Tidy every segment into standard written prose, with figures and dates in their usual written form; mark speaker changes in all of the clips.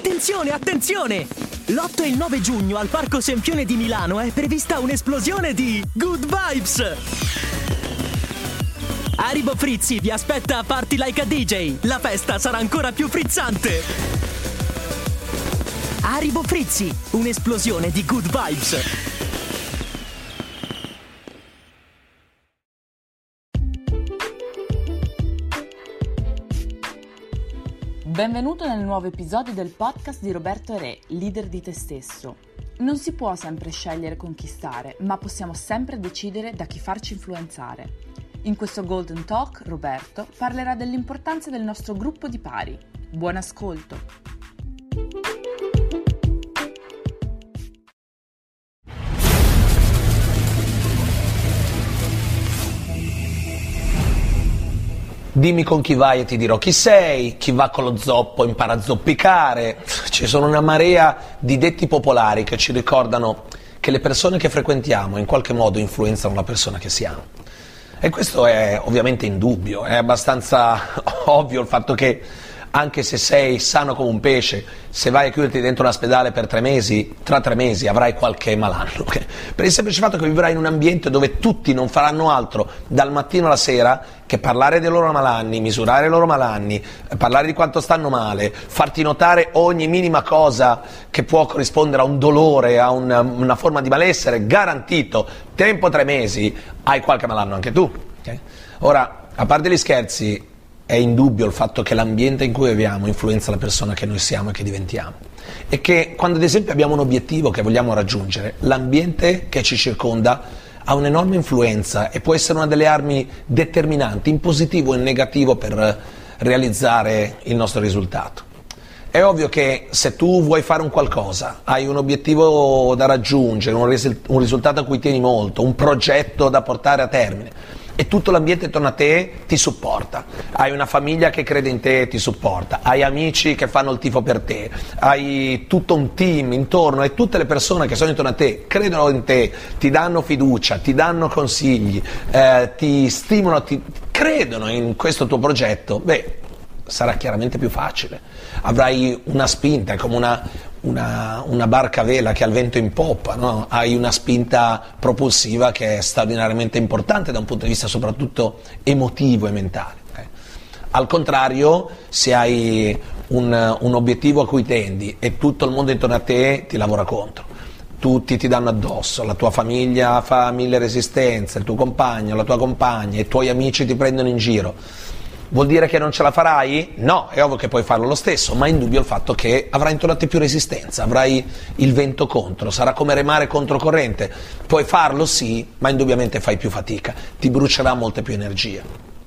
Speaker 1: Attenzione, attenzione! L'8 e il 9 giugno al Parco Sempione di Milano è prevista un'esplosione di Good Vibes! Haribo Frizzi vi aspetta a Party Like a DJ. La festa sarà ancora più frizzante! Haribo Frizzi, un'esplosione di Good Vibes!
Speaker 2: Benvenuto nel nuovo episodio del podcast di Roberto Re, leader di te stesso. Non si può sempre scegliere conquistare, ma possiamo sempre decidere da chi farci influenzare. In questo Golden Talk, Roberto parlerà dell'importanza del nostro gruppo di pari. Buon ascolto!
Speaker 3: Dimmi con chi vai e ti dirò chi sei, chi va con lo zoppo impara a zoppicare. Ci sono una marea di detti popolari che ci ricordano che le persone che frequentiamo in qualche modo influenzano la persona che siamo. E questo è ovviamente indubbio, è abbastanza ovvio il fatto che anche se sei sano come un pesce, se vai a chiuderti dentro un ospedale per 3 mesi, tra 3 mesi avrai qualche malanno. Per il semplice fatto che vivrai in un ambiente dove tutti non faranno altro dal mattino alla sera che parlare dei loro malanni, misurare i loro malanni, parlare di quanto stanno male, farti notare ogni minima cosa che può corrispondere a un dolore, a una forma di malessere, garantito, tempo 3 mesi, hai qualche malanno anche tu. Okay? Ora, a parte gli scherzi, è indubbio il fatto che l'ambiente in cui viviamo influenza la persona che noi siamo e che diventiamo, e che quando ad esempio abbiamo un obiettivo che vogliamo raggiungere, l'ambiente che ci circonda ha un'enorme influenza e può essere una delle armi determinanti in positivo e in negativo per realizzare il nostro risultato. È ovvio che se tu vuoi fare un qualcosa, hai un obiettivo da raggiungere, un risultato a cui tieni molto, un progetto da portare a termine, e tutto l'ambiente intorno a te ti supporta, hai una famiglia che crede in te e ti supporta, hai amici che fanno il tifo per te, hai tutto un team intorno e tutte le persone che sono intorno a te credono in te, ti danno fiducia, ti danno consigli, ti stimolano, credono in questo tuo progetto, sarà chiaramente più facile, avrai una spinta, è come una barca a vela che ha il vento in poppa, no? Hai una spinta propulsiva che è straordinariamente importante da un punto di vista soprattutto emotivo e mentale. Okay? Al contrario, se hai un obiettivo a cui tendi e tutto il mondo intorno a te ti lavora contro, tutti ti danno addosso, la tua famiglia fa 1000 resistenze, il tuo compagno, la tua compagna, i tuoi amici ti prendono in giro, vuol dire che non ce la farai? No, è ovvio che puoi farlo lo stesso, ma è indubbio il fatto che avrai intorno a te più resistenza, avrai il vento contro, sarà come remare controcorrente. Puoi farlo sì, ma indubbiamente fai più fatica, ti brucerà molta più energia.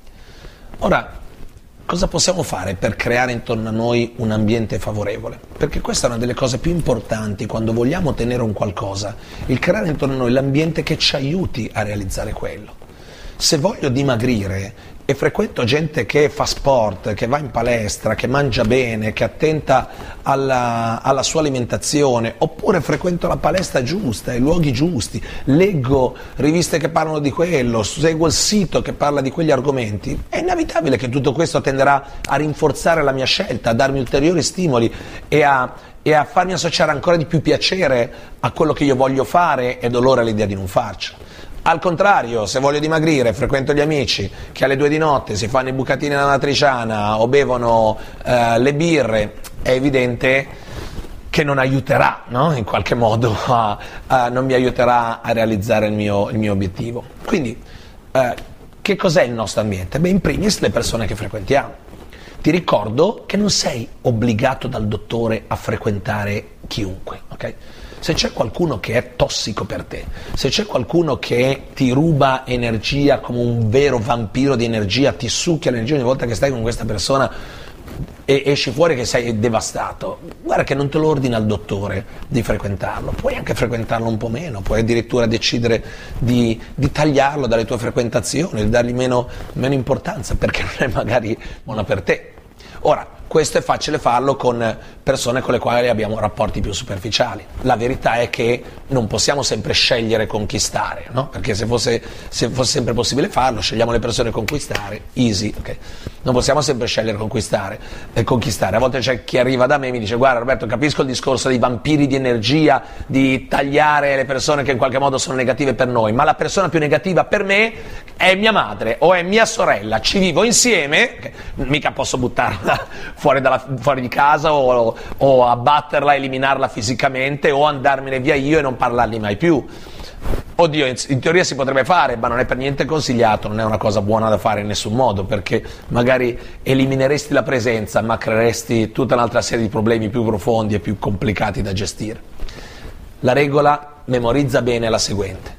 Speaker 3: Ora, cosa possiamo fare per creare intorno a noi un ambiente favorevole? Perché questa è una delle cose più importanti quando vogliamo ottenere un qualcosa, il creare intorno a noi l'ambiente che ci aiuti a realizzare quello. Se voglio dimagrire e frequento gente che fa sport, che va in palestra, che mangia bene, che è attenta alla sua alimentazione, oppure frequento la palestra giusta, i luoghi giusti, leggo riviste che parlano di quello, seguo il sito che parla di quegli argomenti, è inevitabile che tutto questo tenderà a rinforzare la mia scelta, a darmi ulteriori stimoli e a farmi associare ancora di più piacere a quello che io voglio fare e dolore all'idea di non farcelo. Al contrario, se voglio dimagrire, frequento gli amici che alle 2 di notte si fanno i bucatini alla matriciana o bevono le birre, è evidente che non aiuterà, no? In qualche modo non mi aiuterà a realizzare il mio obiettivo. Quindi, che cos'è il nostro ambiente? In primis le persone che frequentiamo. Ti ricordo che non sei obbligato dal dottore a frequentare chiunque, ok? Se c'è qualcuno che è tossico per te, se c'è qualcuno che ti ruba energia come un vero vampiro di energia, ti succhia l'energia ogni volta che stai con questa persona e esci fuori che sei devastato, guarda che non te lo ordina il dottore di frequentarlo, puoi anche frequentarlo un po' meno, puoi addirittura decidere di tagliarlo dalle tue frequentazioni, di dargli meno importanza perché non è magari buona per te. Ora, questo è facile farlo con persone con le quali abbiamo rapporti più superficiali. La verità è che non possiamo sempre scegliere conquistare, no? Perché se fosse sempre possibile farlo, scegliamo le persone conquistare, easy, ok? Non possiamo sempre scegliere conquistare. A volte c'è chi arriva da me e mi dice: guarda Roberto, capisco il discorso dei vampiri di energia, di tagliare le persone che in qualche modo sono negative per noi, ma la persona più negativa per me è mia madre o è mia sorella, ci vivo insieme, mica posso buttarla fuori di casa o abbatterla, eliminarla fisicamente o andarmene via io e non parlargli mai più. Oddio, in teoria si potrebbe fare, ma non è per niente consigliato, non è una cosa buona da fare in nessun modo, perché magari elimineresti la presenza ma creeresti tutta un'altra serie di problemi più profondi e più complicati da gestire. La regola, memorizza bene, è la seguente: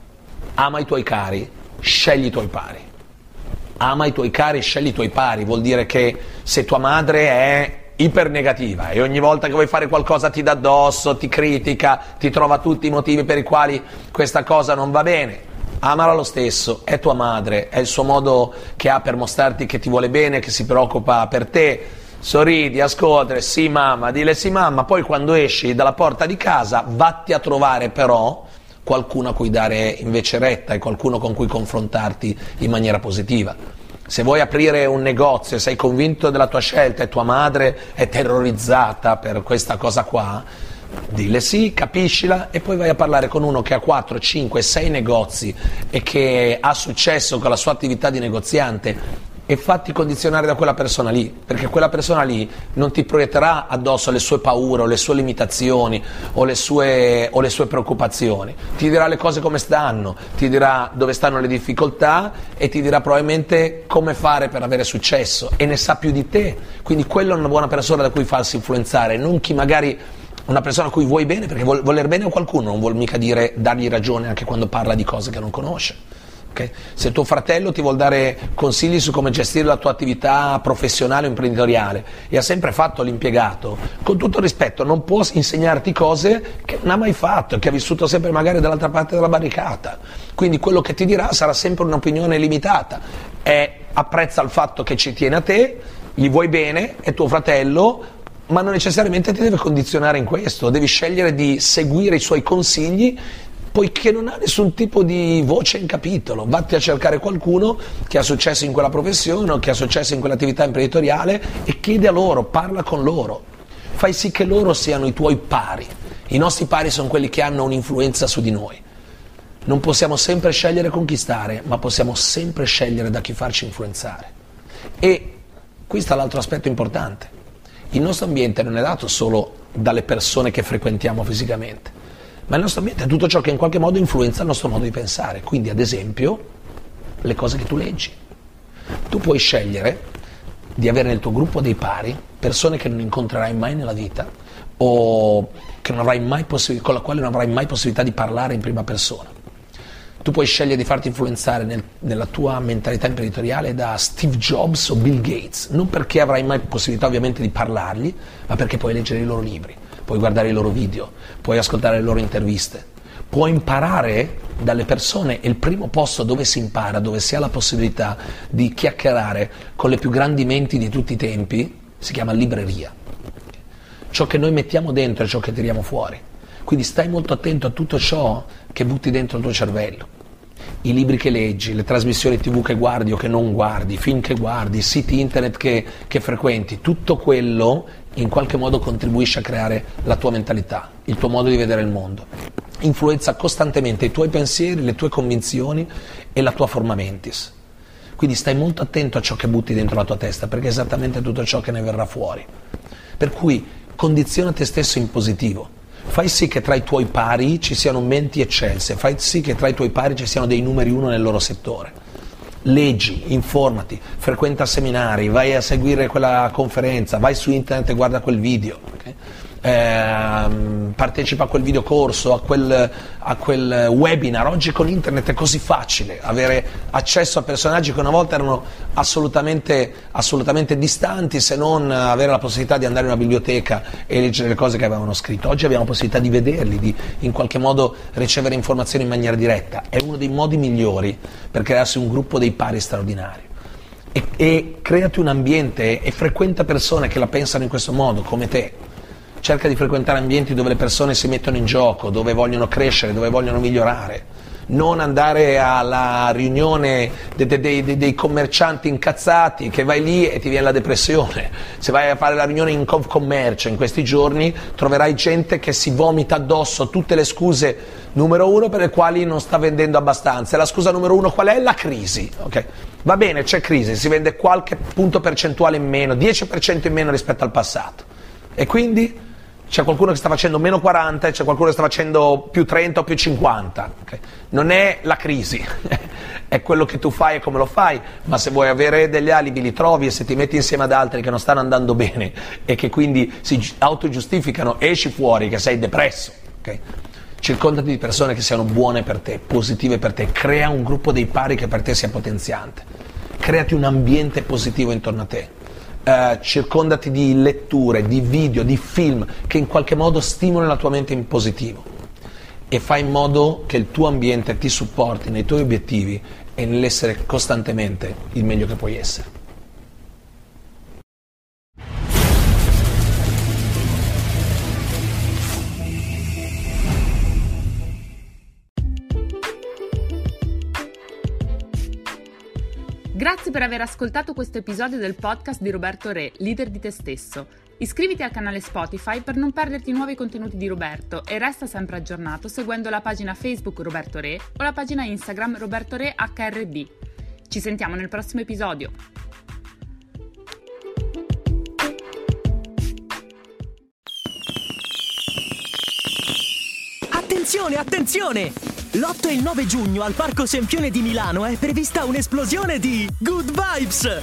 Speaker 3: ama i tuoi cari, scegli i tuoi pari. Ama i tuoi cari, scegli i tuoi pari, vuol dire che se tua madre è ipernegativa e ogni volta che vuoi fare qualcosa ti dà addosso, ti critica, ti trova tutti i motivi per i quali questa cosa non va bene, amala lo stesso, è tua madre, è il suo modo che ha per mostrarti che ti vuole bene, che si preoccupa per te. Sorridi, ascolta, sì mamma, dile sì mamma, poi quando esci dalla porta di casa vatti a trovare però qualcuno a cui dare invece retta e qualcuno con cui confrontarti in maniera positiva. Se vuoi aprire un negozio e sei convinto della tua scelta e tua madre è terrorizzata per questa cosa qua, dille sì, capiscila e poi vai a parlare con uno che ha 4, 5, 6 negozi e che ha successo con la sua attività di negoziante e fatti condizionare da quella persona lì, perché quella persona lì non ti proietterà addosso le sue paure o le sue limitazioni o le sue preoccupazioni, ti dirà le cose come stanno, ti dirà dove stanno le difficoltà e ti dirà probabilmente come fare per avere successo e ne sa più di te, quindi quella è una buona persona da cui farsi influenzare, non chi magari una persona a cui vuoi bene, perché voler bene a qualcuno non vuol mica dire dargli ragione anche quando parla di cose che non conosce. Okay? Se tuo fratello ti vuol dare consigli su come gestire la tua attività professionale o imprenditoriale e ha sempre fatto l'impiegato, con tutto il rispetto non può insegnarti cose che non ha mai fatto, che ha vissuto sempre magari dall'altra parte della barricata, quindi quello che ti dirà sarà sempre un'opinione limitata. Apprezza il fatto che ci tiene a te, gli vuoi bene, è tuo fratello, ma non necessariamente ti deve condizionare in questo, devi scegliere di seguire i suoi consigli poiché non ha nessun tipo di voce in capitolo. Vatti a cercare qualcuno che ha successo in quella professione o che ha successo in quell'attività imprenditoriale e chiede a loro, parla con loro, fai sì che loro siano i tuoi pari. I nostri pari sono quelli che hanno un'influenza su di noi. Non possiamo sempre scegliere conquistare, ma possiamo sempre scegliere da chi farci influenzare. E qui sta l'altro aspetto importante: il nostro ambiente non è dato solo dalle persone che frequentiamo fisicamente, ma il nostro ambiente è tutto ciò che in qualche modo influenza il nostro modo di pensare, quindi ad esempio le cose che tu leggi. Tu puoi scegliere di avere nel tuo gruppo dei pari persone che non incontrerai mai nella vita o che non avrai mai con la quale non avrai mai possibilità di parlare in prima persona. Tu puoi scegliere di farti influenzare nella tua mentalità imprenditoriale da Steve Jobs o Bill Gates, non perché avrai mai possibilità ovviamente di parlargli, ma perché puoi leggere i loro libri, puoi guardare i loro video, puoi ascoltare le loro interviste, puoi imparare dalle persone. E il primo posto dove si impara, dove si ha la possibilità di chiacchierare con le più grandi menti di tutti i tempi, si chiama libreria. Ciò che noi mettiamo dentro è ciò che tiriamo fuori, quindi stai molto attento a tutto ciò che butti dentro il tuo cervello. I libri che leggi, le trasmissioni TV che guardi o che non guardi, i film che guardi, i siti internet che frequenti, tutto quello in qualche modo contribuisce a creare la tua mentalità, il tuo modo di vedere il mondo. Influenza costantemente i tuoi pensieri, le tue convinzioni e la tua forma mentis. Quindi stai molto attento a ciò che butti dentro la tua testa, perché è esattamente tutto ciò che ne verrà fuori. Per cui condiziona te stesso in positivo. Fai sì che tra i tuoi pari ci siano menti eccelse, fai sì che tra i tuoi pari ci siano dei numeri uno nel loro settore. Leggi, informati, frequenta seminari, vai a seguire quella conferenza, vai su internet e guarda quel video, okay? Partecipa a quel videocorso, a quel webinar. Oggi con internet è così facile avere accesso a personaggi che una volta erano assolutamente distanti, se non avere la possibilità di andare in una biblioteca e leggere le cose che avevano scritto. Oggi abbiamo la possibilità di vederli, di in qualche modo ricevere informazioni in maniera diretta. È uno dei modi migliori per crearsi un gruppo dei pari straordinari. e creati un ambiente e frequenta persone che la pensano in questo modo, come te. Cerca di frequentare ambienti dove le persone si mettono in gioco, dove vogliono crescere, dove vogliono migliorare. Non andare alla riunione dei commercianti incazzati, che vai lì e ti viene la depressione. Se vai a fare la riunione in Confcommercio in questi giorni, troverai gente che si vomita addosso tutte le scuse numero uno per le quali non sta vendendo abbastanza. E la scusa numero uno qual è? La crisi. Okay? Va bene, c'è crisi, si vende qualche punto percentuale in meno, 10% in meno rispetto al passato. E quindi c'è qualcuno che sta facendo meno 40 e c'è qualcuno che sta facendo più 30 o più 50. Okay? Non è la crisi, è quello che tu fai e come lo fai, ma se vuoi avere degli alibi li trovi, e se ti metti insieme ad altri che non stanno andando bene e che quindi si autogiustificano, esci fuori che sei depresso. Okay? Circondati di persone che siano buone per te, positive per te, crea un gruppo dei pari che per te sia potenziante, creati un ambiente positivo intorno a te. Circondati di letture, di video, di film che in qualche modo stimolino la tua mente in positivo e fai in modo che il tuo ambiente ti supporti nei tuoi obiettivi e nell'essere costantemente il meglio che puoi essere.
Speaker 2: Grazie per aver ascoltato questo episodio del podcast di Roberto Re, leader di te stesso. Iscriviti al canale Spotify per non perderti nuovi contenuti di Roberto e resta sempre aggiornato seguendo la pagina Facebook Roberto Re o la pagina Instagram Roberto Re HRD. Ci sentiamo nel prossimo episodio.
Speaker 1: Attenzione, attenzione! L'8 e il 9 giugno al Parco Sempione di Milano è prevista un'esplosione di Good Vibes!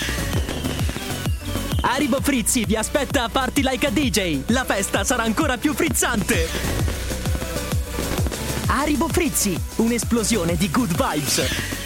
Speaker 1: Haribo Frizzi vi aspetta a Party Like a DJ! La festa sarà ancora più frizzante! Haribo Frizzi, un'esplosione di Good Vibes!